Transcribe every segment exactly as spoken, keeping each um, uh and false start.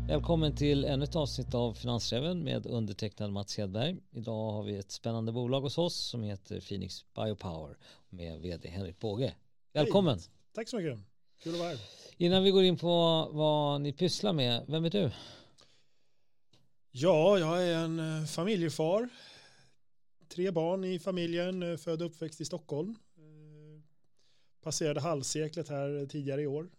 Välkommen till ännu ett avsnitt av Finansräven med undertecknad Mats Hedberg. Idag har vi ett spännande bolag hos oss som heter Phoenix Biopower med vd Henrik Båge. Välkommen! Hej. Tack så mycket, kul att vara här. Innan vi går in på vad ni pysslar med, vem är du? Ja, jag är en familjefar. Tre barn i familjen, född och uppväxt i Stockholm. Passerade halvseklet här tidigare i år.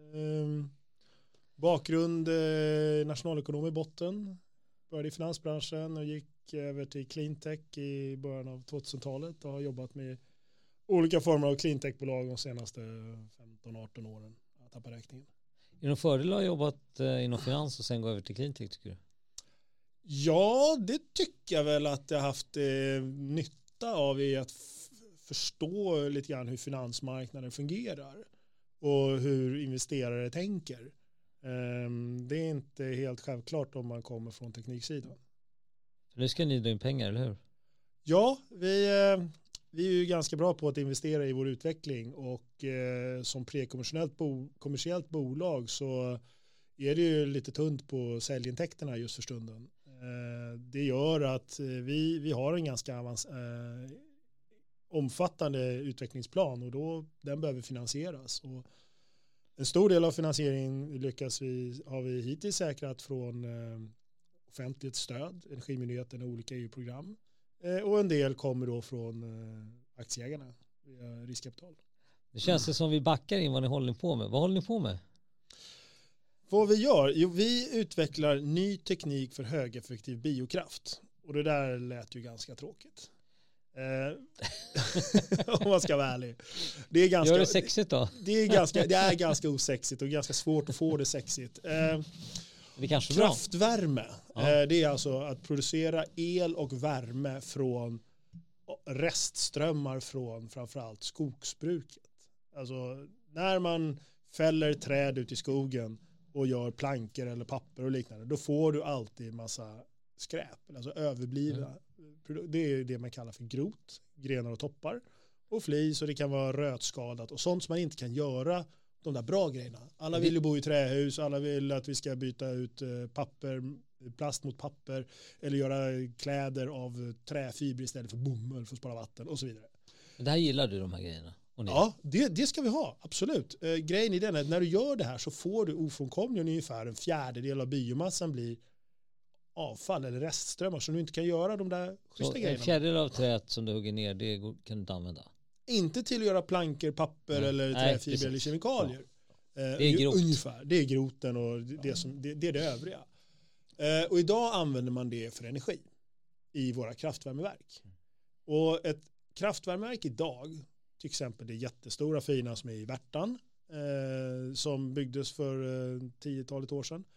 Bakgrund nationalekonom i botten. Började i finansbranschen och gick över till cleantech i början av tvåtusentalet och har jobbat med olika former av cleantechbolag de senaste femton arton åren. Jag tappar räkningen. Är det någon fördel att ha jobbat inom finans och sen gå över till cleantech, tycker du? Ja, det tycker jag väl att jag haft eh, nytta av i att f- förstå lite grann hur finansmarknaden fungerar och hur investerare tänker. Eh, det är inte helt självklart om man kommer från tekniksidan. Nu ska ni dra in pengar, eller hur? Ja, vi, eh, vi är ju ganska bra på att investera i vår utveckling och eh, som prekommersiellt bo- kommersiellt bolag så är det ju lite tunt på säljintäkterna just för stunden. Det gör att vi, vi har en ganska avans, eh, omfattande utvecklingsplan och då, den behöver finansieras. Och en stor del av finansieringen lyckas vi, har vi hittills säkrat från eh, offentligt stöd, Energimyndigheten och olika E U-program. Eh, och en del kommer då från eh, aktieägarna via riskkapital. Det känns det som vi backar in vad ni håller på med. Vad håller ni på med? Vad vi gör? Jo, vi utvecklar ny teknik för högeffektiv biokraft. Och det där lät ju ganska tråkigt. Eh, om man ska vara ärlig. Det är ganska, Gör det sexigt då? Det är ganska, det är ganska osexigt och ganska svårt att få det sexigt. Eh, det kanske kraftvärme. Ja. Eh, det är alltså att producera el och värme från restströmmar från framförallt skogsbruket. Alltså när man fäller träd ut i skogen och gör plankor eller papper och liknande, då får du alltid massa skräp, alltså överblivna. Mm. Det är det man kallar för grot, grenar och toppar, och flis, och det kan vara rötskadat och sånt som man inte kan göra de där bra grejerna. Alla vill ju bo i trähus, alla vill att vi ska byta ut papper, plast mot papper eller göra kläder av träfiber istället för bomull för att spara vatten och så vidare. Men det här gillar du, de här grejerna? Ja, det, det ska vi ha, absolut. Eh, grejen i den är att när du gör det här så får du ofrånkomligen ungefär en fjärdedel av biomassan blir avfall eller restströmmar som du inte kan göra de där schyssta grejerna. En fjärdedel av träet som du hugger ner, det kan du inte använda? Inte till att göra plankor, papper Nej. eller träfiber Nej, eller kemikalier. Ja. Eh, det är grot. Ungefär, det är groten och det, det, som, det, det är det övriga. Eh, och idag använder man det för energi i våra kraftvärmeverk. Och ett kraftvärmeverk idag, till exempel det jättestora fina som är i Värtan eh, som byggdes för eh, tiotalet år sedan.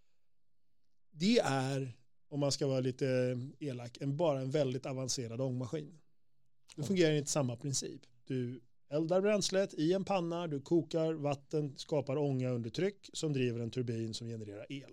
Det är, om man ska vara lite elak, en, bara en väldigt avancerad ångmaskin. Det fungerar inte samma princip. Du eldar bränslet i en panna, du kokar vatten, skapar ånga under tryck som driver en turbin som genererar el.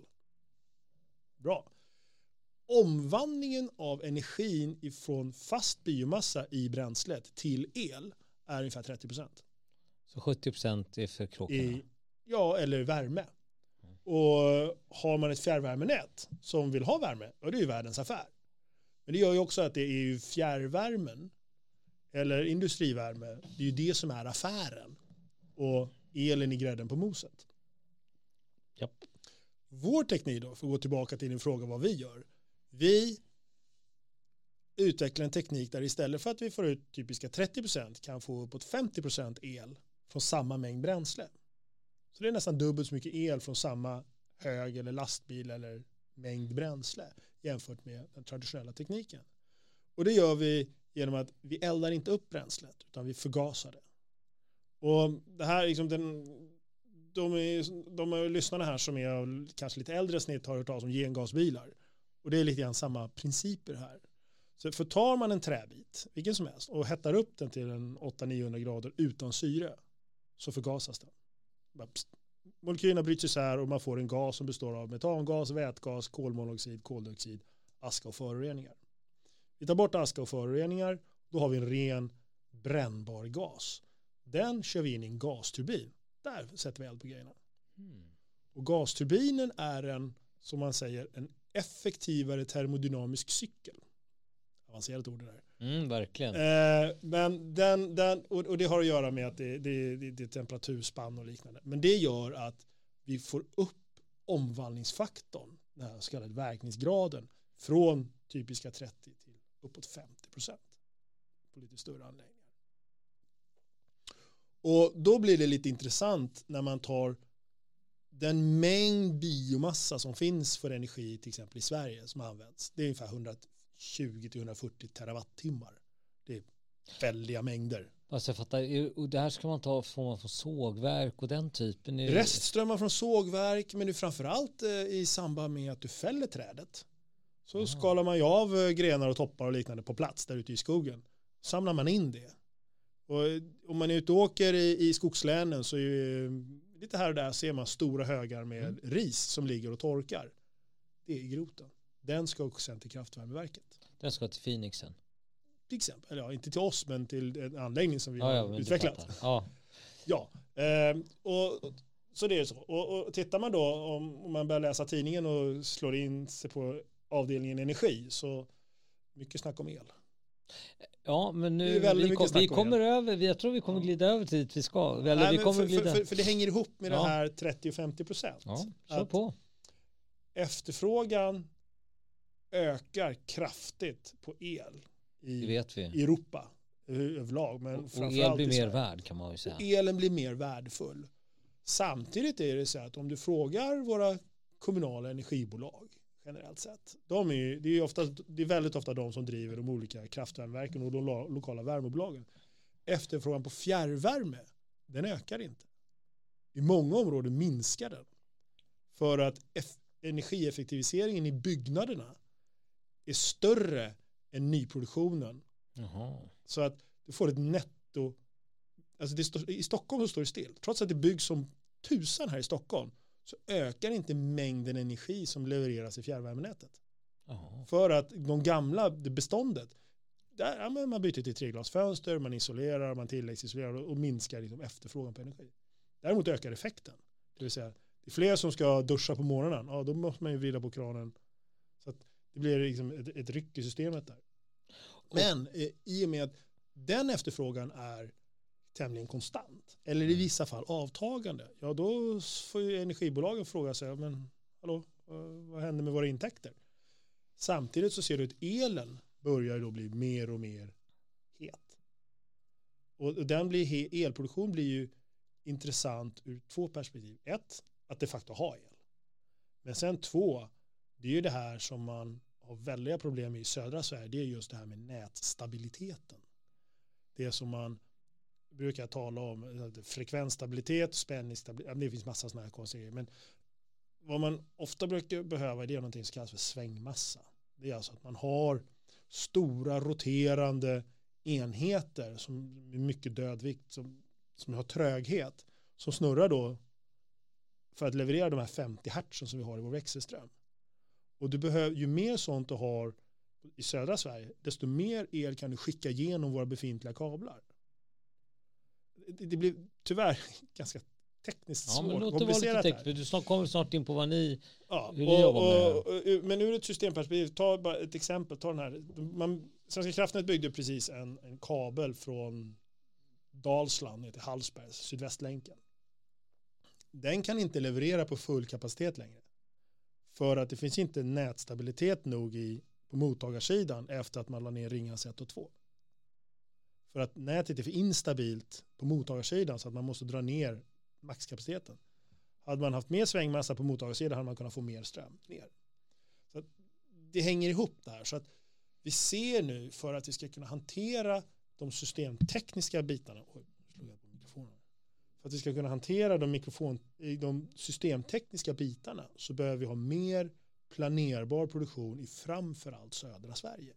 Bra. Omvandlingen av energin ifrån fast biomassa i bränslet till el är ungefär trettio procent. Så sjuttio procent är för kråkorna? I, ja, eller värme. Mm. Och har man ett fjärrvärmenät som vill ha värme, och det är ju världens affär. Men det gör ju också att det är ju fjärrvärmen eller industrivärme, det är ju det som är affären. Och elen i grädden på moset. Japp. Vår teknik då, för att gå tillbaka till din fråga vad vi gör. Vi utvecklar en teknik där istället för att vi får ut typiska trettio procent kan få uppåt femtio procent el från samma mängd bränsle. Så det är nästan dubbelt så mycket el från samma hög eller lastbil eller mängd bränsle jämfört med den traditionella tekniken. Och det gör vi genom att vi eldar inte upp bränslet utan vi förgasar det. Och det här liksom den, de, är, de är lyssnarna här som är kanske lite äldre snitt har hört talas om gengasbilar. Och det är lite grann samma principer här. Så för tar man en träbit, vilken som helst, och hettar upp den till en åtta till niohundra grader utan syre så förgasas den. Molekylerna bryts isär och man får en gas som består av metangas, vätgas, kolmonoxid, koldioxid, aska och föroreningar. Vi tar bort aska och föroreningar, då har vi en ren brännbar gas. Den kör vi in i en gasturbin. Där sätter vi eld på grejerna. Mm. Och gasturbinen är en som man säger, en effektivare termodynamisk cykel. Avancerat ord det där. Mm, verkligen. Eh, men den, den, och, och det har att göra med att det, det, det, det är temperaturspann och liknande. Men det gör att vi får upp omvandlingsfaktorn, den här så kallade verkningsgraden, från typiska trettio till uppåt femtio procent på lite större anläggningar. Och då blir det lite intressant när man tar den mängd biomassa som finns för energi till exempel i Sverige som används. Det är ungefär hundratjugo till hundrafyrtio terawattimmar. Det är väldiga mängder. Alltså jag fattar, och det här ska man ta från, från sågverk och den typen. Är... Restströmmar från sågverk, men det är framförallt i samband med att du fäller trädet. Så ah. skalar man ju av grenar och toppar och liknande på plats där ute i skogen. Samlar man in det. Och om man är ute och åker i, i skogslänen så är ju, lite här och där ser man stora högar med mm. ris som ligger och torkar. Det är groten. Den ska också sen till kraftvärmeverket. Den ska till Phoenixen. Till exempel, ja, inte till oss men till en anläggning som vi ja, har ja, utvecklat. Ja, ja eh, och, så det är så. Och, och tittar man då, om, om man börjar läsa tidningen och slår in sig på avdelningen energi, så mycket snack om el. Ja, men nu vi, kom, vi kommer över, jag tror vi kommer glida över till dit vi ska. Eller Nej, vi kommer för, glida. För, för, för det hänger ihop med ja. det här trettio till femtio procent. Ja, kör på. Efterfrågan ökar kraftigt på el i det vet vi. Europa överlag. Men och, och el blir mer värd kan man ju säga. Och elen blir mer värdefull. Samtidigt är det så att om du frågar våra kommunala energibolag generellt sett. De är, det, är ofta, det är väldigt ofta de som driver de olika kraftvärmeverken och de lo- lokala värmebolagen. Efterfrågan på fjärrvärme, den ökar inte. I många områden minskar den. För att eff- energieffektiviseringen i byggnaderna är större än nyproduktionen. Jaha. Så att du får ett netto. Alltså det står, i Stockholm så står det still. Trots att det byggs som tusan här i Stockholm så ökar inte mängden energi som levereras i fjärrvärmenätet. Aha. För att de gamla beståndet, där, ja, man byter till treglasfönster, man isolerar, man tilläggsisolerar och, och minskar liksom efterfrågan på energi. Däremot ökar effekten. Det vill säga, det är fler som ska duscha på morgonen, ja, då måste man ju vrida på kranen. Så att det blir liksom ett, ett ryck i systemet där. Men eh, i och med att den efterfrågan är tämligen konstant eller i vissa fall avtagande, ja då får ju energibolagen fråga sig, men hallå, vad händer med våra intäkter? Samtidigt så ser du att elen börjar då bli mer och mer het. Och den blir, elproduktion blir ju intressant ur två perspektiv. Ett, att de facto ha el. Men sen två, det är ju det här som man har väldiga problem med i södra Sverige, det är just det här med nätstabiliteten. Det som man brukar tala om, frekvensstabilitet, spänningsstabilitet, det finns massa sådana här konstiga. Men vad man ofta brukar behöva, det är någonting som kallas för svängmassa. Det är alltså att man har stora roterande enheter som med mycket dödvikt, som, som har tröghet, som snurrar då för att leverera de här femtio hertz som vi har i vår växelström. Och du behöver, ju mer sånt du har i södra Sverige, desto mer el kan du skicka igenom våra befintliga kablar. Det, det blir tyvärr ganska tekniskt ja, svårt. Men låt det vara lite tekniskt. Du snart kommer snart in på vad ni, ja, hur och, ni jobbar med och, och, Men ur ett systemperspektiv, ta bara ett exempel. Ta den här. Man, Svenska kraftnät byggde precis en, en kabel från Dalsland ner till Hallsberg, Sydvästlänken. Den kan inte leverera på full kapacitet längre. För att det finns inte nätstabilitet nog i, på mottagarsidan efter att man la ner Ringhals ett och två. För att nätet är för instabilt på mottagarsidan så att man måste dra ner maxkapaciteten. Hade man haft mer svängmassa på mottagarsidan hade man kunnat få mer ström ner. Så att det hänger ihop där. Så att vi ser nu, för att vi ska kunna hantera de systemtekniska bitarna. Oj, slog jag på mikrofonen. För att vi ska kunna hantera de, mikrofon, de systemtekniska bitarna så behöver vi ha mer planerbar produktion i framförallt södra Sverige.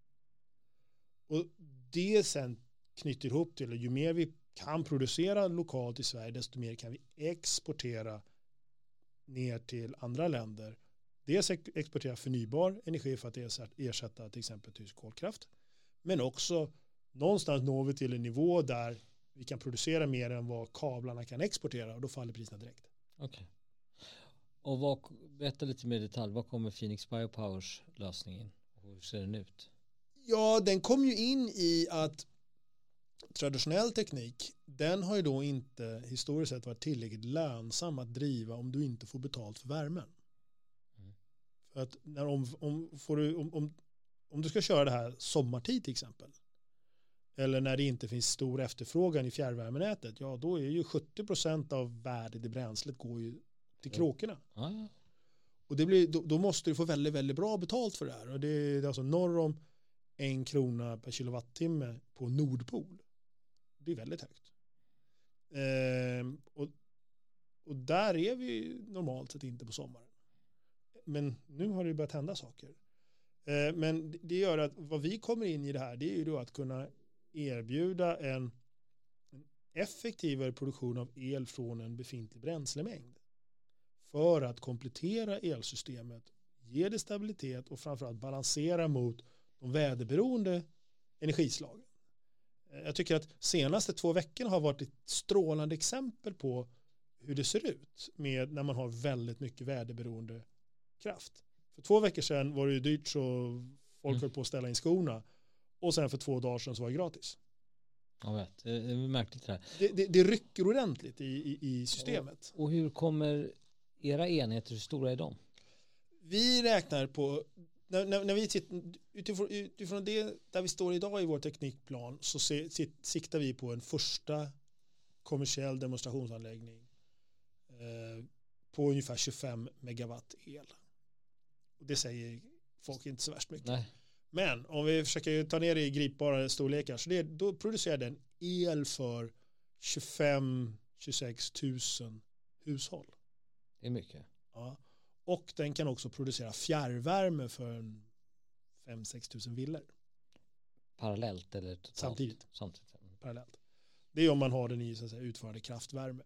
Och det sen knyter ihop till att ju mer vi kan producera lokalt i Sverige, desto mer kan vi exportera ner till andra länder. Dels exportera förnybar energi för att ersätta till exempel tysk kolkraft. Men också någonstans når vi till en nivå där vi kan producera mer än vad kablarna kan exportera och då faller priserna direkt. Okej. Och vad, berätta lite mer i detalj, vad kommer Phoenix Biopowers lösning in? Och hur ser den ut? Ja, den kom ju in i att traditionell teknik, den har ju då inte historiskt sett varit tillräckligt lönsam att driva om du inte får betalt för värmen. Mm. För att när om, om, får du, om, om, om du ska köra det här sommartid till exempel, eller när det inte finns stor efterfrågan i fjärrvärmenätet, ja då är ju sjuttio procent av värdet i bränslet går ju till kråkorna. Mm. Och det blir, då, då måste du få väldigt, väldigt bra betalt för det här. Och det är alltså norr om en krona per kilowattimme på Nordpol. Det är väldigt högt. Eh, och, och där är vi normalt sett inte på sommaren. Men nu har det börjat hända saker. Eh, men det gör att vad vi kommer in i det här, det är ju då att kunna erbjuda en, en effektivare produktion av el från en befintlig bränslemängd. För att komplettera elsystemet, ge det stabilitet och framförallt balansera mot de väderberoende energislagen. Jag tycker att senaste två veckorna har varit ett strålande exempel på hur det ser ut med när man har väldigt mycket väderberoende kraft. För två veckor sedan var det ju dyrt så folk mm. höll på att ställa in skorna. Och sen för två dagar sedan så var det gratis. Jag vet, det är märkligt det här. Det, det, det rycker ordentligt i, i, i systemet. Och, och hur kommer era enheter, hur stora är de? Vi räknar på, när, när, när vi tittar, utifrån, utifrån det där vi står idag i vår teknikplan så se, sit, siktar vi på en första kommersiell demonstrationsanläggning eh, på ungefär tjugofem megawatt el. Och det säger folk inte så värst mycket. Nej. Men om vi försöker ta ner det i gripbara storlekar så det, då producerar den el för tjugofem till tjugosex tusen hushåll. Det är mycket. Ja. Och den kan också producera fjärrvärme för fem till sex tusen villor. Parallellt eller totalt? Samtidigt. Samtidigt. Parallellt. Det är om man har den i så att säga, utförande kraftvärme.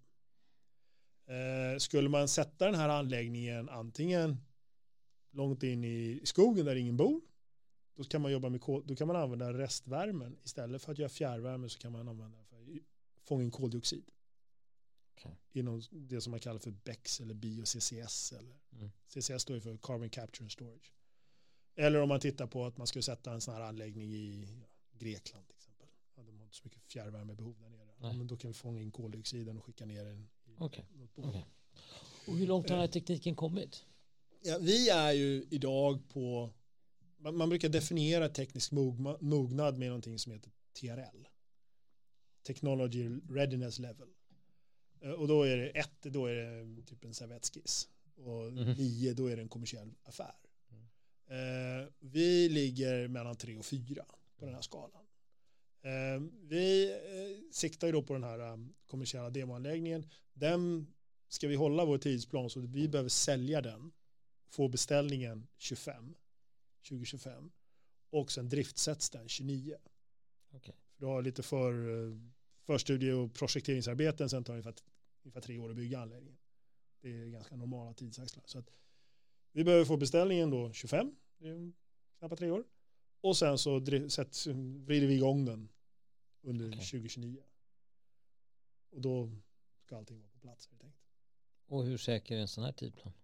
Eh, skulle man sätta den här anläggningen antingen långt in i skogen där ingen bor, då kan man jobba med kol, då kan man använda restvärmen istället för att göra fjärrvärme, så kan man använda för att fånga in koldioxid. Okay. Inom det som man kallar för B E C S eller bio-C C S eller mm. C C S står ju för Carbon Capture and Storage. Eller om man tittar på att man skulle sätta en sån här anläggning i ja, Grekland till exempel. Ja, de har inte så mycket fjärrvärmebehov där nere. Ja, men då kan vi fånga in koldioxiden och skicka ner den i okay. något bolag. Okay. Och hur långt har den här tekniken kommit? Ja, vi är ju idag på, man, man brukar definiera teknisk mogma, mognad med någonting som heter T R L. Technology Readiness Level. Och då är det ett, då är det typ en servettskiss. Och mm. nio, då är det en kommersiell affär. Mm. Eh, vi ligger mellan tre och fyra på den här skalan. Eh, vi eh, siktar ju då på den här um, kommersiella demoanläggningen. Den ska vi hålla vår tidsplan så vi behöver sälja den. Få beställningen tjugofem, tjugo tjugofem. Och sen driftsätts den tjugonio. Okay. För du har lite för, förstudie- och projekteringsarbeten, sen tar det ungefär, ungefär tre år att bygga anläggningen. Det är ganska normala tidsaxlar. Så att vi behöver få beställningen då tjugofem, det är knappt tre år. Och sen så drift, vrider vi igång den under okay. tjugo tjugonio. Och då ska allting vara på plats. Är det tänkt. Och hur säker är en sån här tidplan?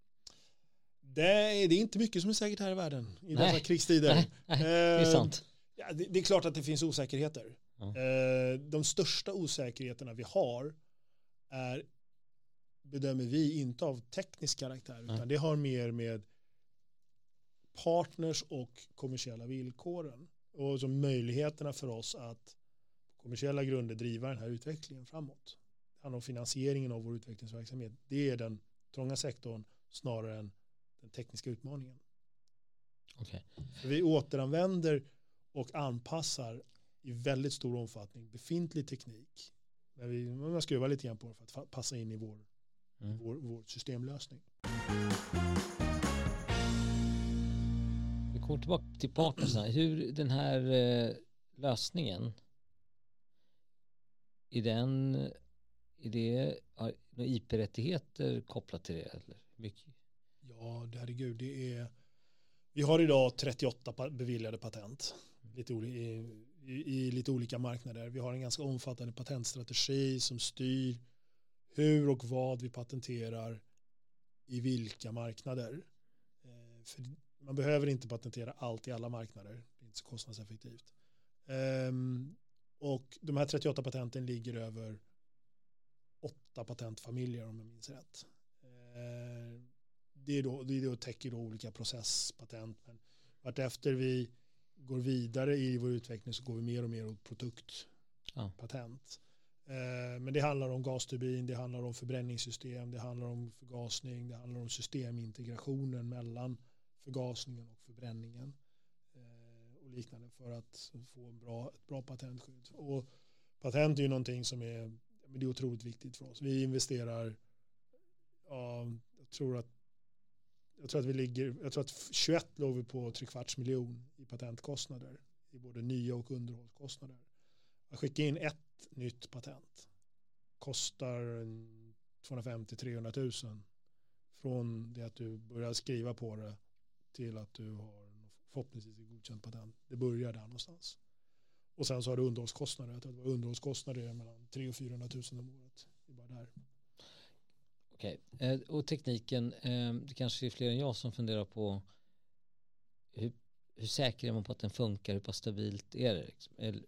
Det är, det är inte mycket som är säkert här i världen i nej. Dessa krigstider. Nej, nej, det är sant. Ja, det, det är klart att det finns osäkerheter. Ja. De största osäkerheterna vi har är, bedömer vi, inte av teknisk karaktär, utan ja. Det har mer med partners och kommersiella villkoren och som möjligheterna för oss att på kommersiella grunder driva den här utvecklingen framåt. Det handlar om finansieringen av vår utvecklingsverksamhet. Det är den trånga sektorn snarare än den tekniska utmaningen. Okay. Vi återanvänder och anpassar i väldigt stor omfattning befintlig teknik. Men vi man skruvar lite grann på det för att passa in i vår, mm. vår, vår systemlösning. Vi kommer tillbaka till partnerna. Hur den här eh, lösningen, är den, är det ja, I P-rättigheter kopplat till det? Eller? Mycket? Ja, herregud, det är, vi har idag trettioåtta beviljade patent lite i, i, i lite olika marknader. Vi har en ganska omfattande patentstrategi som styr hur och vad vi patenterar, i vilka marknader. Eh, för man behöver inte patentera allt i alla marknader. Det är inte så kostnadseffektivt. Eh, och de här trettioåtta patenten ligger över åtta patentfamiljer om jag minns rätt. Eh, det är då, det är då täcker då olika processpatent. Men vartefter vi går vidare i vår utveckling så går vi mer och mer åt produktpatent. Ja. Eh, men det handlar om gasturbin, det handlar om förbränningssystem, det handlar om förgasning, det handlar om systemintegrationen mellan förgasningen och förbränningen eh, och liknande för att få en bra, ett bra patentskydd. Och patent är ju någonting som är, det är otroligt viktigt för oss. Vi investerar, ja, jag tror att Jag tror att vi ligger, jag tror att tjugoett låg vi på tre kvarts miljon i patentkostnader i både nya och underhållskostnader. Att skicka in ett nytt patent kostar tvåhundrafemtio till trehundratusen från det att du börjar skriva på det till att du har förhoppningsvis ett godkänt patent. Det börjar där någonstans. Och sen så har du underhållskostnader. Jag tror att det var underhållskostnader mellan tre och fyrahundratusen om året. Det är bara där. Okej, okay. Och tekniken, det kanske är fler än jag som funderar på hur, hur säker är man på att den funkar, hur pass stabilt är det? Eller?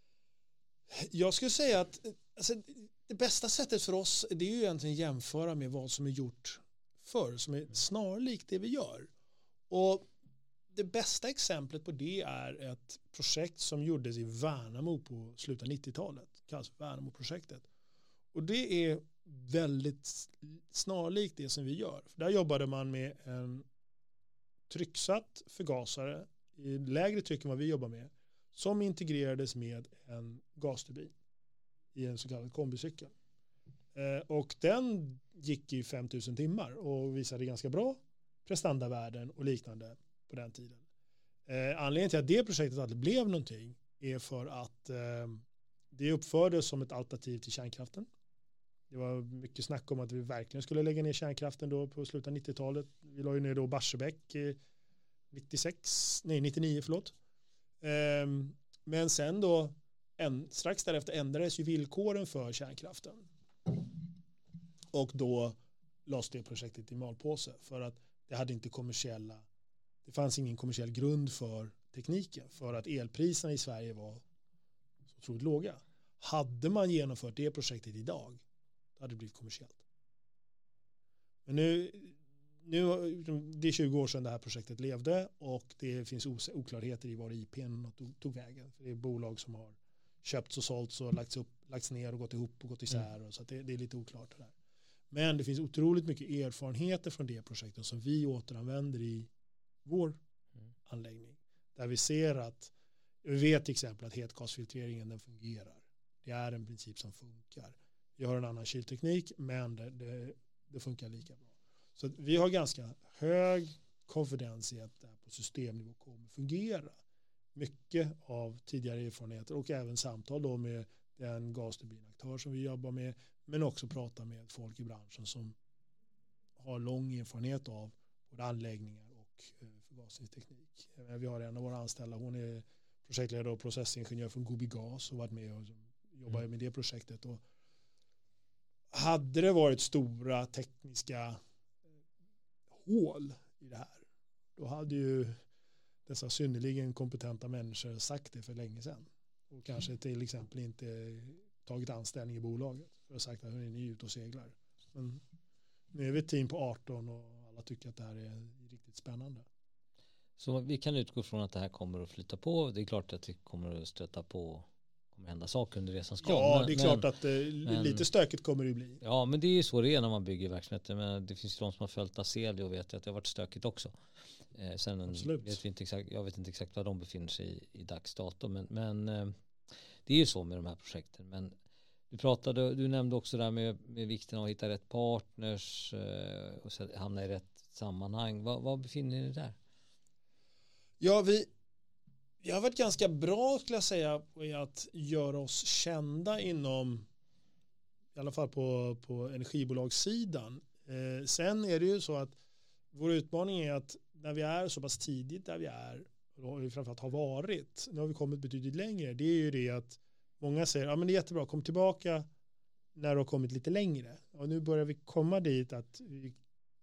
Jag skulle säga att alltså, det bästa sättet för oss det är ju egentligen jämföra med vad som är gjort förr, som är snarlikt det vi gör. Och det bästa exemplet på det är ett projekt som gjordes i Värnamo på slutet av nittiotalet, kallas Värnamo-projektet. Och det är väldigt snarlikt det som vi gör. För där jobbade man med en trycksatt förgasare i lägre tryck än vad vi jobbar med som integrerades med en gasturbin i en så kallad kombicykel. Eh, och den gick i fem tusen timmar och visade ganska bra prestandavärden och liknande på den tiden. Eh, anledningen till att det projektet aldrig blev någonting är för att eh, det uppfördes som ett alternativ till kärnkraften. Det var mycket snack om att vi verkligen skulle lägga ner kärnkraften då på slutet av nittiotalet. Vi la ju ner då Barsebäck nittiosex, nej nittionio förlåt. Ehm, men sen då en, strax därefter ändrades ju villkoren för kärnkraften. Och då lades det projektet i malpåse för att det hade inte kommersiella, det fanns ingen kommersiell grund för tekniken för att elpriserna i Sverige var så otroligt låga. Hade man genomfört det projektet idag hade det blivit kommersiellt. Men nu, nu det är tjugo år sedan det här projektet levde och det finns oklarheter i var I P:n tog, tog vägen. För det är bolag som har köpts och sålts och lagts, upp, lagts ner och gått ihop och gått isär. Mm. Och så att det, det är lite oklart det där. Men det finns otroligt mycket erfarenheter från det projektet som vi återanvänder i vår mm. anläggning. Där vi ser att, vi vet till exempel att hetgasfiltreringen den fungerar. Det är en princip som funkar. Vi har en annan kylteknik men det, det, det funkar lika bra. Så vi har ganska hög konfidens i att det här på systemnivå kommer fungera. Mycket av tidigare erfarenheter och även samtal då med den gasturbinaktör som vi jobbar med men också prata med folk i branschen som har lång erfarenhet av både anläggningar och förgasningsteknik. Vi har en av våra anställda, hon är projektledare och processingenjör från Gobi Gas och varit med och jobbar mm. med det projektet. Och hade det varit stora tekniska hål i det här, då hade ju dessa synnerligen kompetenta människor sagt det för länge sedan. Och kanske till exempel inte tagit anställning i bolaget för att sagt att ni är ute och seglar. Men nu är vi ett team på arton och alla tycker att det här är riktigt spännande. Så vi kan utgå från att det här kommer att flytta på. Det är klart att det kommer att stöta på, kommer hända saker under resans gång. Ja, men, det är men, klart att eh, lite stökigt kommer det bli. Ja, men det är ju så det är när man bygger verksamheter. Men det finns ju de som har följt Aselio och vet att det har varit stökigt också. Eh, sen vet vi inte exakt, jag vet inte exakt var de befinner sig i, i dagsdato. Men, men eh, det är ju så med de här projekten. Men du pratade, du nämnde också där med, med vikten av att hitta rätt partners eh, och så hamna i rätt sammanhang. Vad, vad befinner ni där? Ja, vi, vi har varit ganska bra skulle jag säga på att göra oss kända inom, i alla fall på, på energibolagssidan. Eh, sen är det ju så att vår utmaning är att när vi är så pass tidigt där vi är, och vi framförallt har varit, nu har vi kommit betydligt längre, det är ju det att många säger, ja men det är jättebra, kom tillbaka när du har kommit lite längre. Och nu börjar vi komma dit att vi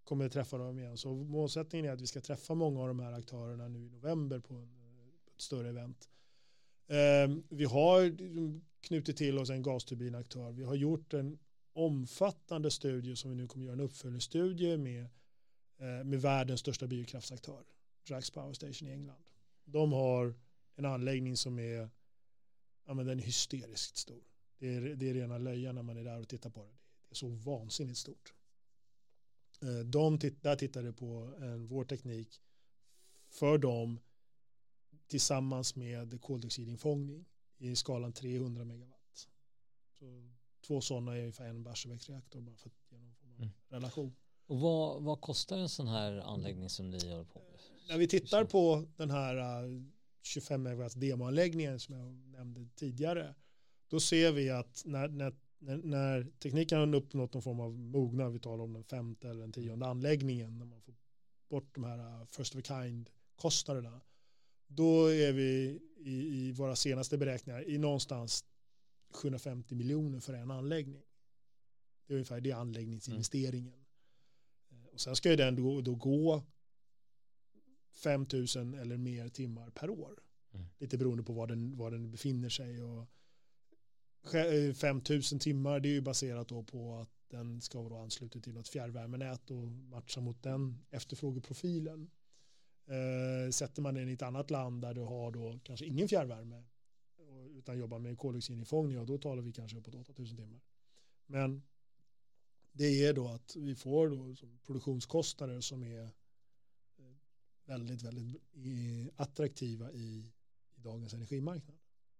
kommer att träffa dem igen. Så målsättningen är att vi ska träffa många av de här aktörerna nu i november på, en, på ett större event. Eh, vi har knutit till oss en gasturbinaktör. Vi har gjort en omfattande studie som vi nu kommer att göra en uppföljningsstudie med, eh, med världens största biokraftsaktör, Drax Power Station i England. De har en anläggning som är, ja, men den är hysteriskt stor. Det är, det är rena löjan när man är där och tittar på det. Det är så vansinnigt stort. De titt, där tittade på en, vår teknik för dem tillsammans med koldioxidinfångning i skalan trehundra megawatt. Så två sådana är ungefär en Barsebäcksreaktor bara för att genomföra mm. relation. Och vad, vad kostar en sån här anläggning som ni håller på med? När vi tittar på den här uh, tjugofem megawatts demoanläggningen som jag nämnde tidigare, då ser vi att när, när, när, när tekniken har uppnått någon form av mognad, vi talar om den femte eller den tionde anläggningen, när man får bort de här uh, first of a kind kostnaderna, då är vi i, i våra senaste beräkningar i någonstans sjuhundrafemtio miljoner för en anläggning. Det är ungefär det anläggningsinvesteringen. Mm. Och sen ska ju den då, då gå fem tusen eller mer timmar per år. Mm. Lite beroende på var den, var den befinner sig. Och fem tusen timmar, det är ju baserat då på att den ska vara anslutet till något fjärrvärmenät och matcha mot den efterfrågeprofilen. Eh, sätter man den i ett annat land där du har då kanske ingen fjärrvärme utan jobbar med koldioxidinfångning, och då talar vi kanske uppåt åtta tusen timmar. Men det är då att vi får då produktionskostnader som är väldigt, väldigt attraktiva i, i dagens energimarknad.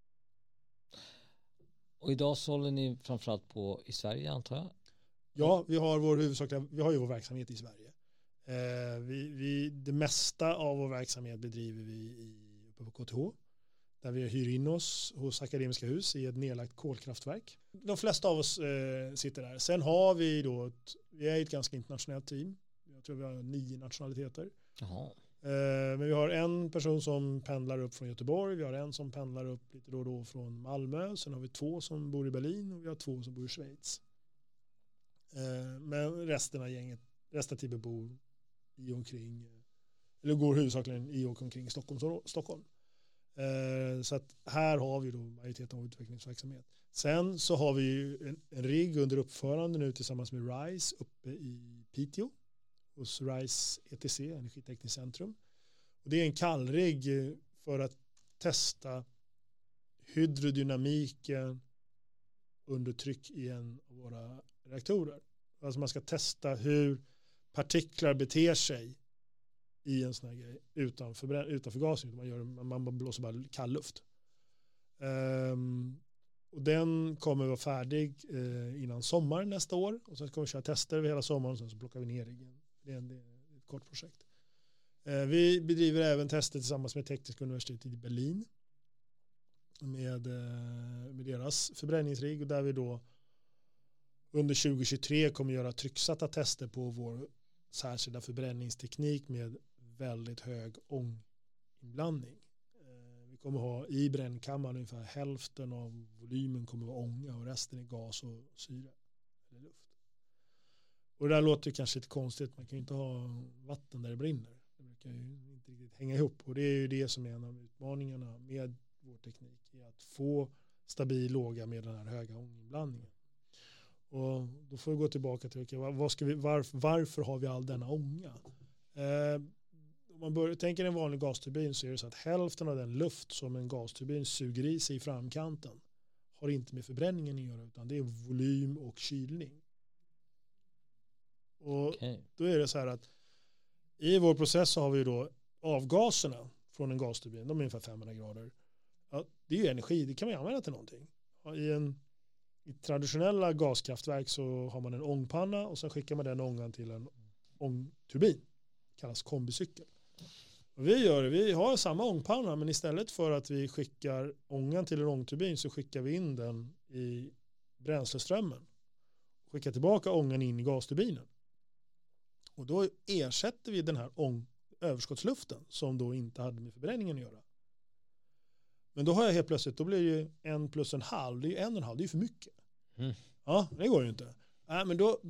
Och idag så håller ni framförallt på i Sverige, antar jag? Ja, vi har vår huvudsakliga, vi har ju vår verksamhet i Sverige. Eh, vi, vi, det mesta av vår verksamhet bedriver vi i, uppe på K T H, där vi hyr in oss hos Akademiska Hus i ett nedlagt kolkraftverk. De flesta av oss eh, sitter där. Sen har vi då, ett, vi är ett ganska internationellt team. Jag tror vi har nio nationaliteter. Jaha. Eh, men vi har en person som pendlar upp från Göteborg, vi har en som pendlar upp lite då och då från Malmö, sen har vi två som bor i Berlin och vi har två som bor i Schweiz. Eh, men resten av gänget, resten av tiden bor i och omkring, eller går huvudsakligen i och omkring Stockholm. Stockholm. Eh, så att här har vi då majoriteten av utvecklingsverksamhet. Sen så har vi ju en, en rigg under uppförande nu tillsammans med RISE uppe i Piteå hos RISE E T C, Energitekniskt centrum. Och det är en kallrigg för att testa hydrodynamiken under tryck i en av våra reaktorer. Alltså man ska testa hur partiklar beter sig i en sån här grej utan, förbrän- utan förgasning. Man, gör, man blåser bara kall luft. Um, och den kommer vara färdig uh, innan sommaren nästa år. Och sen kommer vi köra tester över hela sommaren och sen så plockar vi ner riggen. Det är, en, det är ett kort projekt. Uh, vi bedriver även tester tillsammans med Tekniska universitetet i Berlin med, uh, med deras förbränningsrigg, och där vi då under tjugo tjugotre kommer göra trycksatta tester på vår särskilda förbränningsteknik med väldigt hög ånginblandning. Vi kommer ha i brännkammaren ungefär hälften av volymen kommer vara ånga och resten är gas och syre eller luft. Och det där låter kanske lite konstigt, man kan ju inte ha vatten där det brinner. Det brukar ju inte riktigt hänga ihop, och det är ju det som är en av utmaningarna med vår teknik, är att få stabil låga med den här höga ånginblandningen. Och då får vi gå tillbaka till okay, vad ska vi, varför, varför har vi all denna ånga? Eh, om man börjar, tänker en vanlig gasturbin, så är det så att hälften av den luft som en gasturbin suger i sig i framkanten har inte med förbränningen att göra, utan det är volym och kylning. Och okay. Då är det så här att i vår process så har vi då avgaserna från en gasturbin, de är ungefär femhundra grader. Ja, det är ju energi, det kan man använda till någonting. I en I traditionella gaskraftverk så har man en ångpanna och sen skickar man den ångan till en ångturbin. Det kallas kombicykel. Och vi gör vi har samma ångpanna, men istället för att vi skickar ångan till en ångturbin så skickar vi in den i bränsleströmmen. Skickar tillbaka ångan in i gasturbinen. Och då ersätter vi den här ång, överskottsluften som då inte hade med förbränningen att göra. Men då har jag helt plötsligt, då blir det ju en plus en halv, det är ju en och en halv, det är ju för mycket. Mm. Ja, det går ju inte. Äh, men då, då,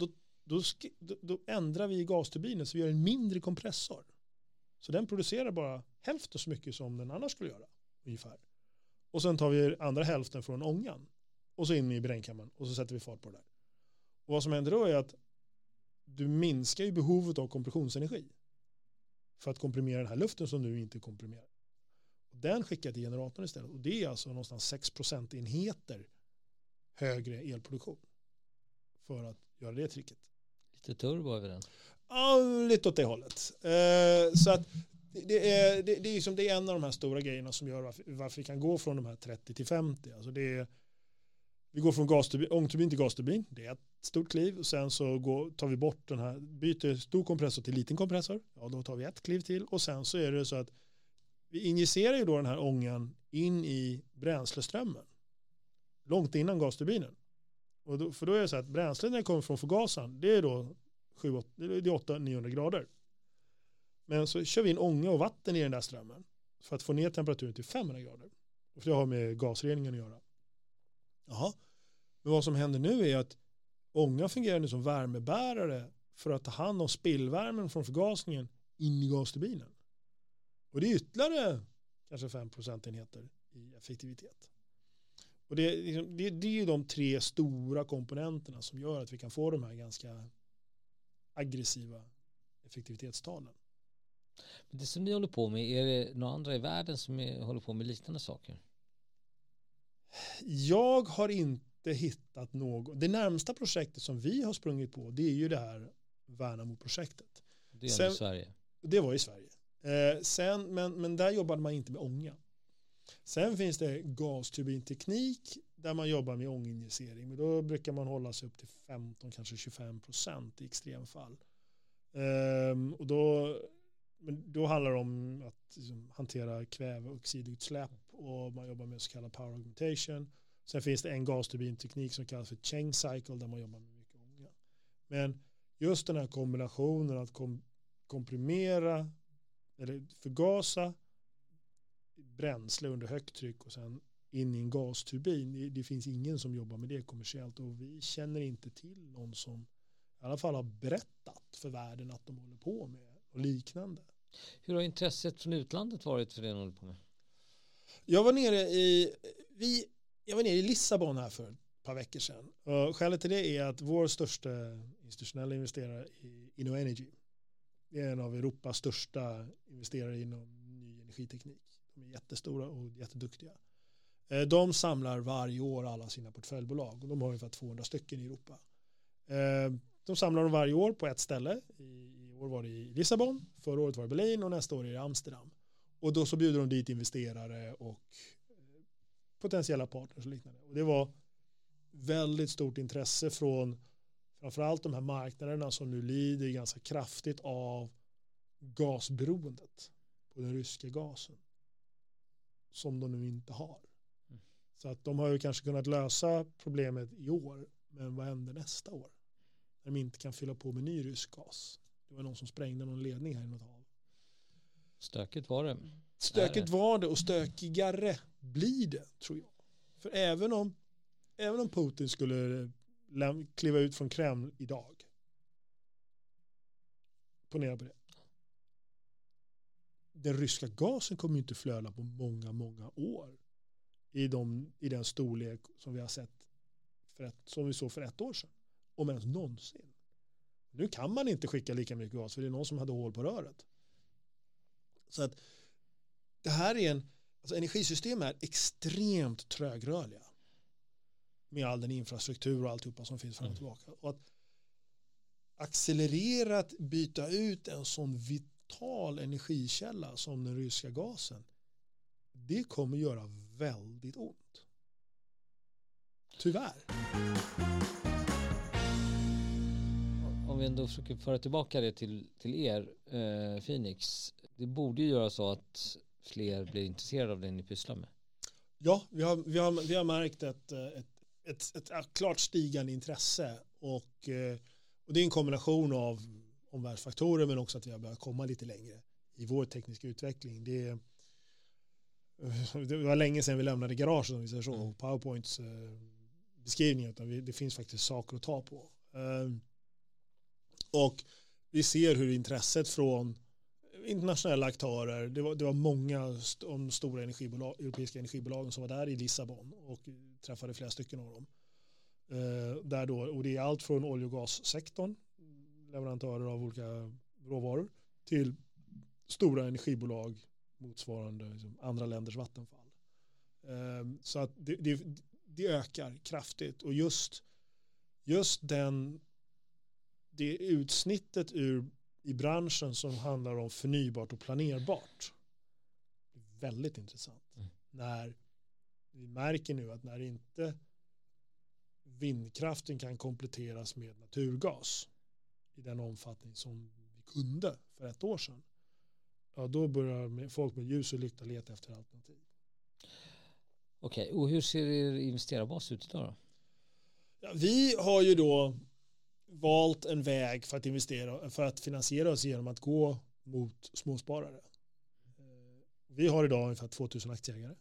då, sk- då, då ändrar vi gasturbinen så vi gör en mindre kompressor. Så den producerar bara hälften så mycket som den annars skulle göra ungefär. Och sen tar vi andra hälften från ångan och så in i brännkammaren och så sätter vi fart på det där. Och vad som händer då är att du minskar ju behovet av kompressionsenergi för att komprimera den här luften som du inte komprimerar. Och den skickar till generatorn istället. Och det är alltså någonstans sex procentenheter högre elproduktion för att göra det tricket. Lite turbo över den. Ja, lite åt det hållet. Eh, så att det är, det, det, är liksom, det är en av de här stora grejerna som gör varför, varför vi kan gå från de här trettio till femtio. Alltså det är, vi går från gasturbin, ångturbin till gasturbin. Det är ett stort kliv. Och sen så går, tar vi bort den här, byter stor kompressor till liten kompressor. Ja, då tar vi ett kliv till. Och sen så är det så att vi injicerar ju då den här ångan in i bränsleströmmen. Långt innan gasturbinen. Och då, för då är det så att bränslet när det kommer från förgasaren, det är då åtta till niohundra grader. Men så kör vi in ånga och vatten i den där strömmen för att få ner temperaturen till femhundra grader. Och för det har med gasreningen att göra. Jaha. Men vad som händer nu är att ånga fungerar nu som värmebärare för att ta hand om spillvärmen från förgasningen in i gasturbinen. Och det är ytterligare kanske fem procentenheter i effektivitet. Och det, det, det är ju de tre stora komponenterna som gör att vi kan få de här ganska aggressiva effektivitetstalen. Det som ni håller på med, är det några andra i världen som är, håller på med liknande saker? Jag har inte hittat något. Det närmsta projektet som vi har sprungit på, det är ju det här Värnamo-projektet. Det är sen, i Sverige. Det var i Sverige. Eh, sen, men, men där jobbade man inte med ånga. Sen finns det gasturbinteknik där man jobbar med ånginjicering. Men då brukar man hålla sig upp till femton, kanske tjugofem procent i extremfall. Eh, och då, men då handlar det om att liksom, hantera kväveoxidutsläpp och man jobbar med så kallad power augmentation. Sen finns det en gasturbinteknik som kallas för chain cycle där man jobbar med mycket ånga. Men just den här kombinationen att kom, komprimera eller förgasa bränsle under högt tryck och sen in i en gasturbin. Det, det finns ingen som jobbar med det kommersiellt och vi känner inte till någon som i alla fall har berättat för världen att de håller på med och liknande. Hur har intresset från utlandet varit för det de håller på med? Jag var nere i vi, jag var nere i Lissabon här för ett par veckor sedan. Och skälet till det är att vår största institutionella investerare i InnoEnergy är en av Europas största investerare inom ny energiteknik. De är jättestora och jätteduktiga. De samlar varje år alla sina portföljbolag och de har ungefär tvåhundra stycken i Europa. De samlar dem varje år på ett ställe. I år var det i Lissabon, förra året var det Berlin och nästa år är det Amsterdam. Och då så bjuder de dit investerare och potentiella partners och liknande. Och det var väldigt stort intresse från framförallt de här marknaderna som nu lider ganska kraftigt av gasberoendet på den ryska gasen som de nu inte har. Mm. Så att de har ju kanske kunnat lösa problemet i år, men vad händer nästa år? När de inte kan fylla på med ny rysk gas. Det var någon som sprängde någon ledning här i något hav. Stökigt var det. Stökigt var det och stökigare blir det, tror jag. För även om, även om Putin skulle kliva ut från Kreml idag. Ponera på det. Den ryska gasen kommer inte flöda på många, många år. I, de, i den storlek som vi har sett för ett, som vi såg för ett år sedan. Om ens någonsin. Nu kan man inte skicka lika mycket gas för det är någon som hade hål på röret. Så att det här är en, alltså energisystem är extremt trögrörliga. Med all den infrastruktur och alltihopa som finns fram och tillbaka. Och att accelererat byta ut en sån vital energikälla som den ryska gasen, det kommer göra väldigt ont. Tyvärr. Om vi ändå försöker föra tillbaka det till, till er, eh, Phoenix. Det borde ju göra så att fler blir intresserade av det ni pysslar med. Ja, vi har, vi har, vi har märkt ett, ett, ett, ett, ett klart stigande intresse och, och det är en kombination av omvärldsfaktorer men också att vi har börjat komma lite längre i vår tekniska utveckling. Det, det var länge sedan vi lämnade garaget om vi säger så, och PowerPoints beskrivning, utan vi, det finns faktiskt saker att ta på. Och vi ser hur intresset från internationella aktörer, det var, det var många st- om stora energibolag, europeiska energibolagen som var där i Lissabon och träffade flera stycken av dem. Eh, där då, och det är allt från olje- och gassektorn, leverantörer av olika råvaror, till stora energibolag motsvarande liksom, andra länders vattenfall. Eh, så att det, det, det ökar kraftigt och just, just den det utsnittet ur i branschen som handlar om förnybart och planerbart är väldigt intressant. Mm. När vi märker nu att när inte vindkraften kan kompletteras med naturgas i den omfattning som vi kunde för ett år sedan, ja, då börjar folk med ljus och lykta leta efter alternativ. Okej, okay, och hur ser er investerarbas ut idag då? Ja, vi har ju då valt en väg för att investera, för att finansiera oss genom att gå mot småsparare. Vi har idag ungefär tvåtusen aktieägare.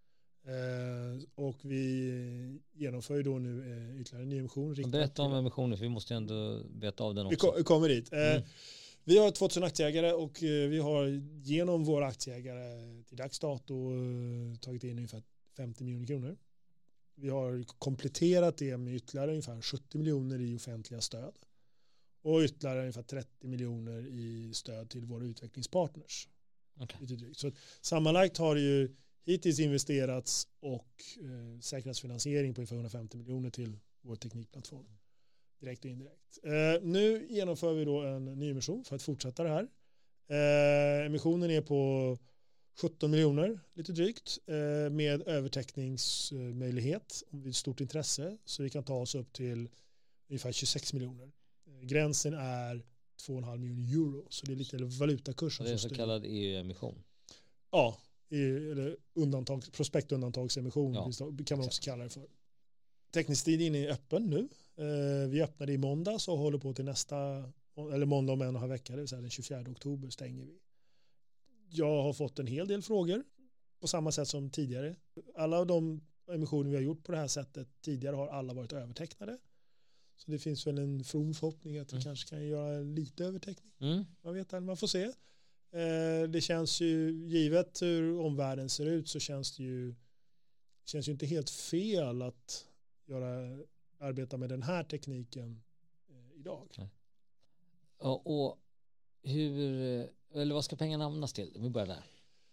Och vi genomför ju då nu ytterligare en nyemission. Berätta om emissionen, för vi måste ändå beta av den också. Vi kommer dit. Mm. Vi har tvåtusen aktieägare och vi har genom våra aktieägare till dags dato tagit in ungefär femtio miljoner kronor. Vi har kompletterat det med ytterligare ungefär sjuttio miljoner i offentliga stöd och ytterligare ungefär trettio miljoner i stöd till våra utvecklingspartners. Okay. Så sammanlagt har det ju hittills investerats och eh, säkrats finansiering på ungefär hundrafemtio miljoner till vår teknikplattform. Direkt och indirekt. Eh, nu genomför vi då en nyemission för att fortsätta det här. Eh, emissionen är på sjutton miljoner, lite drygt, eh, med övertäckningsmöjlighet om vi har stort intresse. Så vi kan ta oss upp till ungefär tjugosex miljoner. Eh, gränsen är två komma fem miljoner euro, så det är lite valutakursen. Det är en så kallad E U-emission. Ja, eller undantag, prospektundantagsemission ja, kan man också kalla det för. Teckningstiden är öppen nu. Eh, vi öppnade i måndag så håller på till nästa, eller måndag om en och en halv vecka, det vill säga den tjugofjärde oktober stänger vi. Jag har fått en hel del frågor på samma sätt som tidigare. Alla av de emissioner vi har gjort på det här sättet tidigare har alla varit övertecknade. Så det finns väl en from förhoppning att vi mm. kanske kan göra lite överteckning. Mm. Man vet att man får se. Eh, det känns ju, givet hur omvärlden ser ut, så känns det ju, känns ju inte helt fel att göra, arbeta med den här tekniken eh, idag. Nej. Och, och hur, eller vad ska pengarna användas till? Vi börjar där.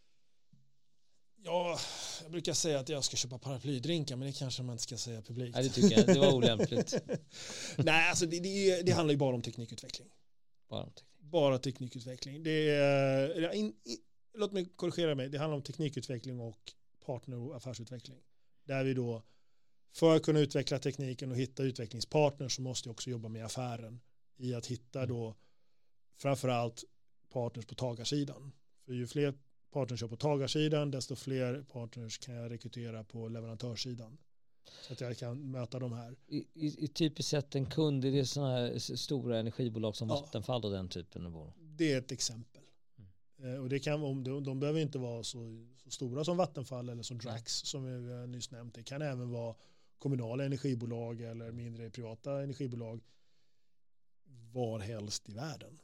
Ja, jag brukar säga att jag ska köpa paraplydrinkar, men det kanske man inte ska säga publikt. Nej, det tycker jag. Det var olämpligt. Nej, alltså det, det, det handlar ju bara om teknikutveckling. Bara om teknik. Bara teknikutveckling. Det är, in, in, låt mig korrigera mig. Det handlar om teknikutveckling och partner- och affärsutveckling. Där vi då, för att kunna utveckla tekniken och hitta utvecklingspartners, så måste vi också jobba med affären i att hitta då framförallt partners på tagarsidan. För ju fler partners jag på tagarsidan, desto fler partners kan jag rekrytera på leverantörssidan. Så att jag kan möta de här. I, i, i typiskt sett en kund, är det sådana här stora energibolag som ja. Vattenfall och den typen av? Det är ett exempel. Mm. Och det kan, om de, de behöver inte vara så, så stora som Vattenfall eller som Drax som vi nyss nämnt. Det kan även vara kommunala energibolag eller mindre privata energibolag var helst i världen.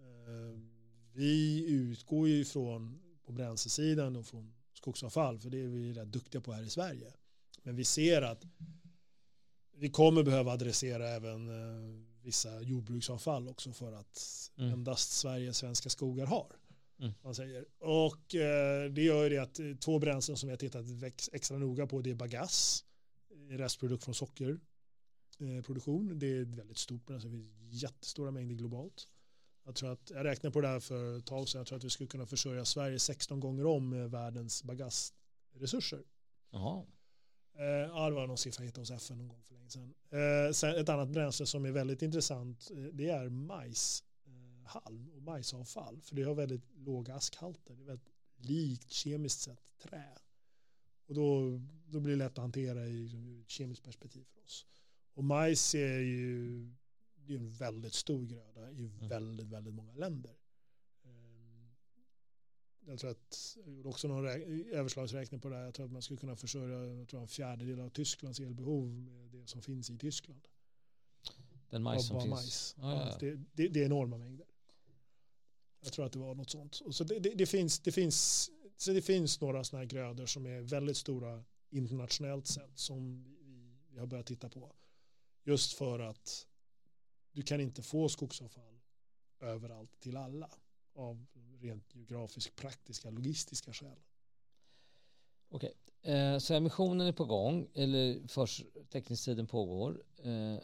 Vi utgår ju från på bränslesidan och från skogsavfall, för det är vi rätt duktiga på här i Sverige. Men vi ser att vi kommer behöva adressera även vissa jordbruksavfall också, för att mm. endast Sveriges svenska skogar har. Mm. Man säger. Och det gör det att två bränslen som vi har tittat extra noga på, det är bagass, restprodukt från sockerproduktion. Det är ett väldigt stort bränsle, det finns jättestora mängder globalt. Jag tror att jag räknar på det här för ett tag sedan. Jag tror att vi skulle kunna försörja Sverige sexton gånger om med världens bagassresurser. Jaha. Eh, ja, det var någon siffra jag hittade hos F N någon gång för länge sedan. Eh, sen ett annat bränsle som är väldigt intressant, det är majshalm och majsavfall. För det har väldigt låga askhalter. Det är väldigt likt kemiskt sett trä. Och då, då blir det lätt att hantera i ett kemiskt perspektiv för oss. Och majs är ju det är en väldigt stor gröda i väldigt, väldigt många länder. Jag tror att jag gjorde också någon överslagsräkning på det här. Jag tror att man skulle kunna försörja jag tror, en fjärdedel av Tysklands elbehov med det som finns i Tyskland. Den majs som bara finns. Majs. Ja, ja, ja. Det, det, det är enorma mängder. Jag tror att det var något sånt. Och så det, det, det, finns, det, finns, så det finns några såna här grödor som är väldigt stora internationellt sett som vi, vi har börjat titta på. Just för att du kan inte få skogsavfall överallt till alla av rent geografiskt praktiska logistiska skäl. Okej, eh, så emissionen är på gång eller först teckningstiden pågår. Eh,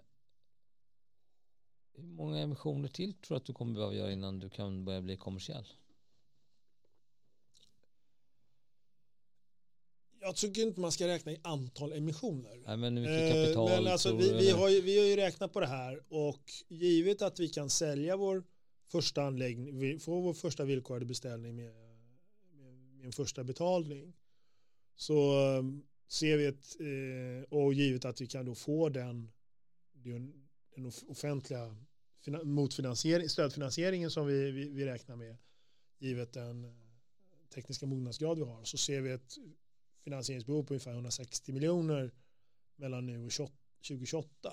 hur många emissioner till tror du att du kommer behöva göra innan du kan börja bli kommersiell? Jag tycker inte man ska räkna i antal emissioner. Nej, men hur mycket kapital? Eh, men alltså, vi, vi, har ju, vi har ju räknat på det här och givet att vi kan sälja vår första anläggning, vi får vår första villkorade beställning med, med, med en första betalning, så um, ser vi ett, eh, och givet att vi kan då få den, den, den offentliga motfinansiering, stödfinansieringen som vi, vi, vi räknar med, givet den tekniska mognadsgrad vi har, så ser vi ett finansieringsbehov på ungefär hundrasextio miljoner mellan nu och tjugo tjugoåtta.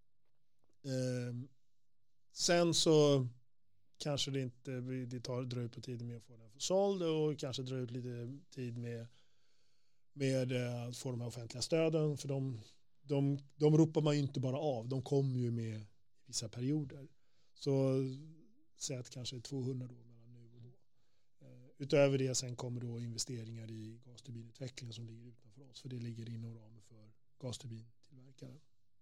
Eh, sen så kanske det inte det tar dröj på tiden med att få den försåld och kanske dröj ut lite tid med, med att få de här offentliga stöden, för de, de, de ropar man ju inte bara av, de kommer ju med vissa perioder. Så säg att kanske tvåhundra då mellan nu och då. Utöver det sen kommer då investeringar i gasturbinutveckling som ligger utanför oss, för det ligger inom ramen för gasturbintillverkaren.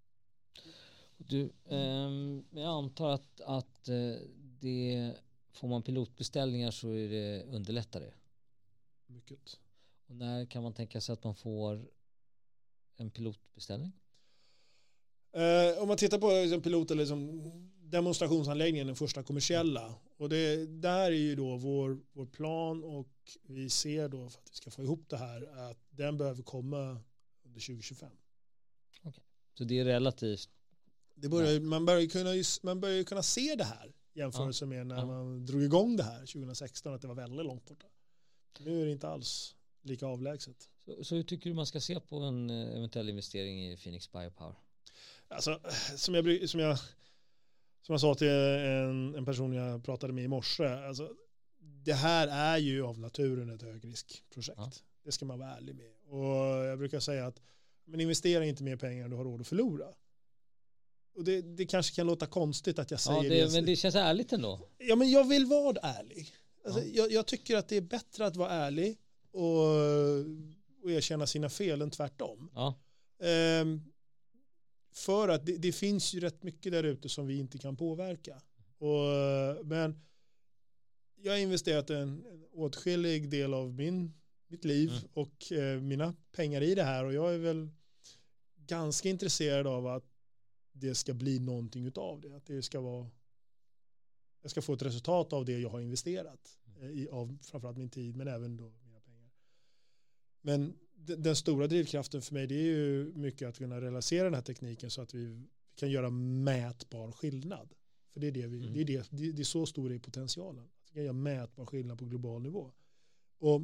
Du, eh, jag antar att, att det, får man pilotbeställningar så är det underlättare. Mycket. Och när kan man tänka sig att man får en pilotbeställning? Eh, om man tittar på liksom, pilot eller liksom, demonstrationsanläggningen, den första kommersiella, och det där är ju då vår, vår plan, och vi ser då för att vi ska få ihop det här att den behöver komma under tjugo tjugofem. Okay. Så det är relativt det börjar, man, börjar kunna, man börjar kunna se det här jämfört med när ja. man drog igång det här tjugo sexton, att det var väldigt långt borta. Nu är det inte alls lika avlägset. Så, så hur tycker du man ska se på en eventuell investering i Phoenix Biopower? Alltså, som jag, som jag, som jag sa till en, en person jag pratade med i morse, alltså, det här är ju av naturen ett högriskprojekt. Ja. Det ska man vara ärlig med. Och jag brukar säga att men investera inte mer pengar än du har råd att förlora. Och det, det kanske kan låta konstigt att jag säger ja, det, det. Men det känns ärligt ändå. Ja, men jag vill vara ärlig. Alltså, ja. jag, jag tycker att det är bättre att vara ärlig och, och erkänna sina fel än tvärtom. Ja. Um, för att det, det finns ju rätt mycket där ute som vi inte kan påverka. Och, men jag har investerat en, en åtskillig del av min, mitt liv mm. och eh, mina pengar i det här, och jag är väl ganska intresserad av att det ska bli någonting utav det. Att det ska vara, jag ska få ett resultat av det jag har investerat eh, i, av framförallt min tid, men även då mina pengar. Men d- den stora drivkraften för mig, det är ju mycket att kunna realisera den här tekniken så att vi kan göra mätbar skillnad. För det är det vi, mm. det är det, det, det är så stor är potentialen. Att vi kan göra mätbar skillnad på global nivå. Och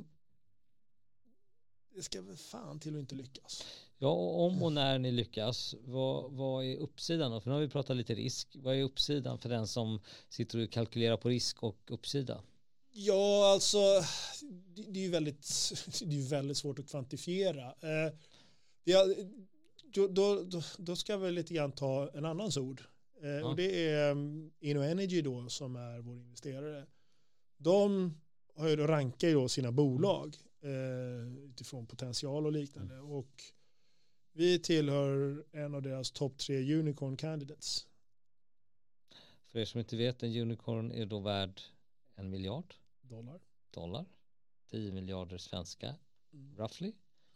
det ska väl fan till att inte lyckas. Ja, om och när ni lyckas, vad, vad är uppsidan? För nu har vi pratat lite risk. Vad är uppsidan för den som sitter och kalkylerar på risk och uppsida? Ja, alltså det, det är ju väldigt, det är väldigt svårt att kvantifiera. Eh, ja, då, då, då ska vi lite grann ta en annans ord. Eh, ja. Och det är um, InnoEnergy då, som är vår investerare. De har ju då rankar ju då sina bolag eh, utifrån potential och liknande. Mm. Och vi tillhör en av deras topp tre unicorn candidates. För er som inte vet, en unicorn är då värd en miljard dollar. Dollar. tio miljarder svenska, mm. roughly.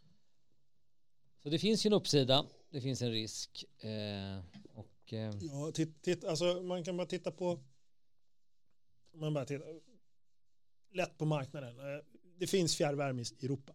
Så det finns ju en uppsida, det finns en risk. Eh, och, eh. Ja, titt, titt, alltså man kan bara titta på, man bara titta, lätt på marknaden. Det finns fjärrvärme i Europa.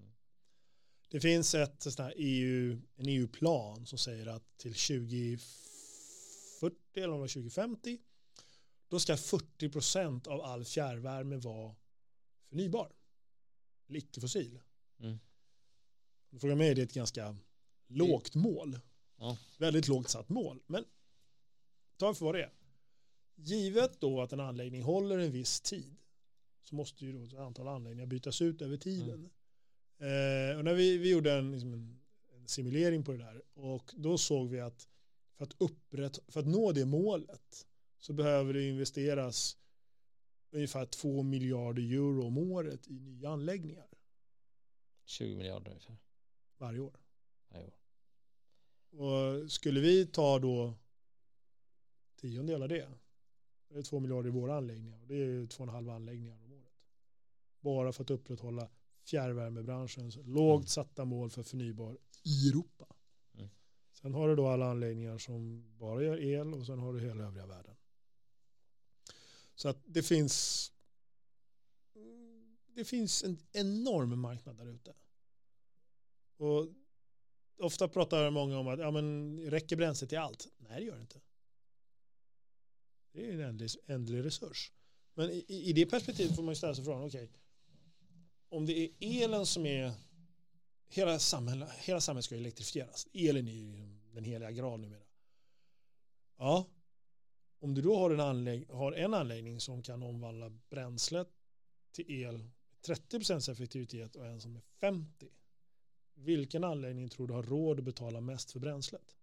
Det finns ett sånt här E U, en E U-plan som säger att till tjugo fyrtio eller tjugo femtio då ska fyrtio procent av all fjärrvärme vara förnybar. Eller icke-fossil. Mm. Frågar mig, det är ett ganska lågt mål. Ja. Väldigt lågt satt mål. Men ta för vad det är. Givet då att en anläggning håller en viss tid så måste ju då ett antal anläggningar bytas ut över tiden. Mm. Eh, och när vi, vi gjorde en, liksom en, en simulering på det där och då såg vi att för att, upprätt, för att nå det målet så behöver det investeras ungefär två miljarder euro om året i nya anläggningar. tjugo miljarder ungefär. Varje år. Varje år. Och skulle vi ta då tiondel av det, det är två miljarder i våra anläggningar och det är två och en halv anläggningar om året. Bara för att upprätthålla fjärrvärmebranschens lågt satta mål för förnybar i Europa. Mm. Sen har du då alla anläggningar som bara gör el och sen har du hela övriga världen. Så att det finns det finns en enorm marknad där ute. Och ofta pratar många om att ja, men räcker bränsle till allt? Nej, det gör det inte. Det är en ändlig, ändlig resurs. Men i, i det perspektivet får man ju ställa sig frågan, okej, okay, om det är elen som är hela samhället, hela samhället ska elektrifieras. Elen är ju den heliga graal numera. Ja, om du då har en, anlägg, har en anläggning som kan omvandla bränslet till el trettio procent effektivitet och en som är femtio. Vilken anläggning tror du har råd att betala mest för bränslet?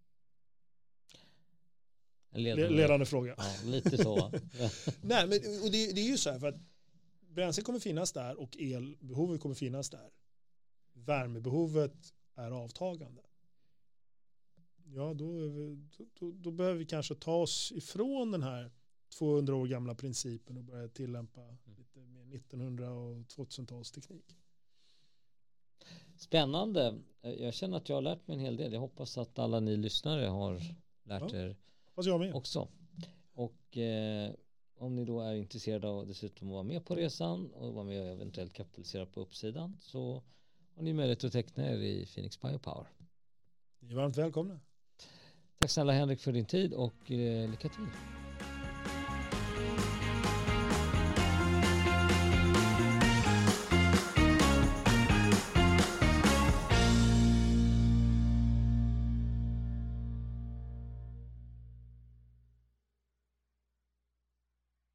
Ledande, Ledande fråga. Ja, lite så. Nej, men och det, det är ju så här för att bränslet kommer finnas där och elbehovet kommer finnas där. Värmebehovet är avtagande. Ja, då, då, då behöver vi kanske ta oss ifrån den här tvåhundra år gamla principen och börja tillämpa lite mer nittonhundra- och tvåtusentalsteknik. Spännande. Jag känner att jag har lärt mig en hel del. Jag hoppas att alla ni lyssnare har lärt ja, er jag med. också. Och eh, om ni då är intresserade av dessutom att vara med på resan och vara med och eventuellt kapitalisera på uppsidan så har ni möjlighet att teckna er i Phoenix Biopower. Ni är varmt välkomna. Tack snälla Henrik för din tid och eh, lycka till.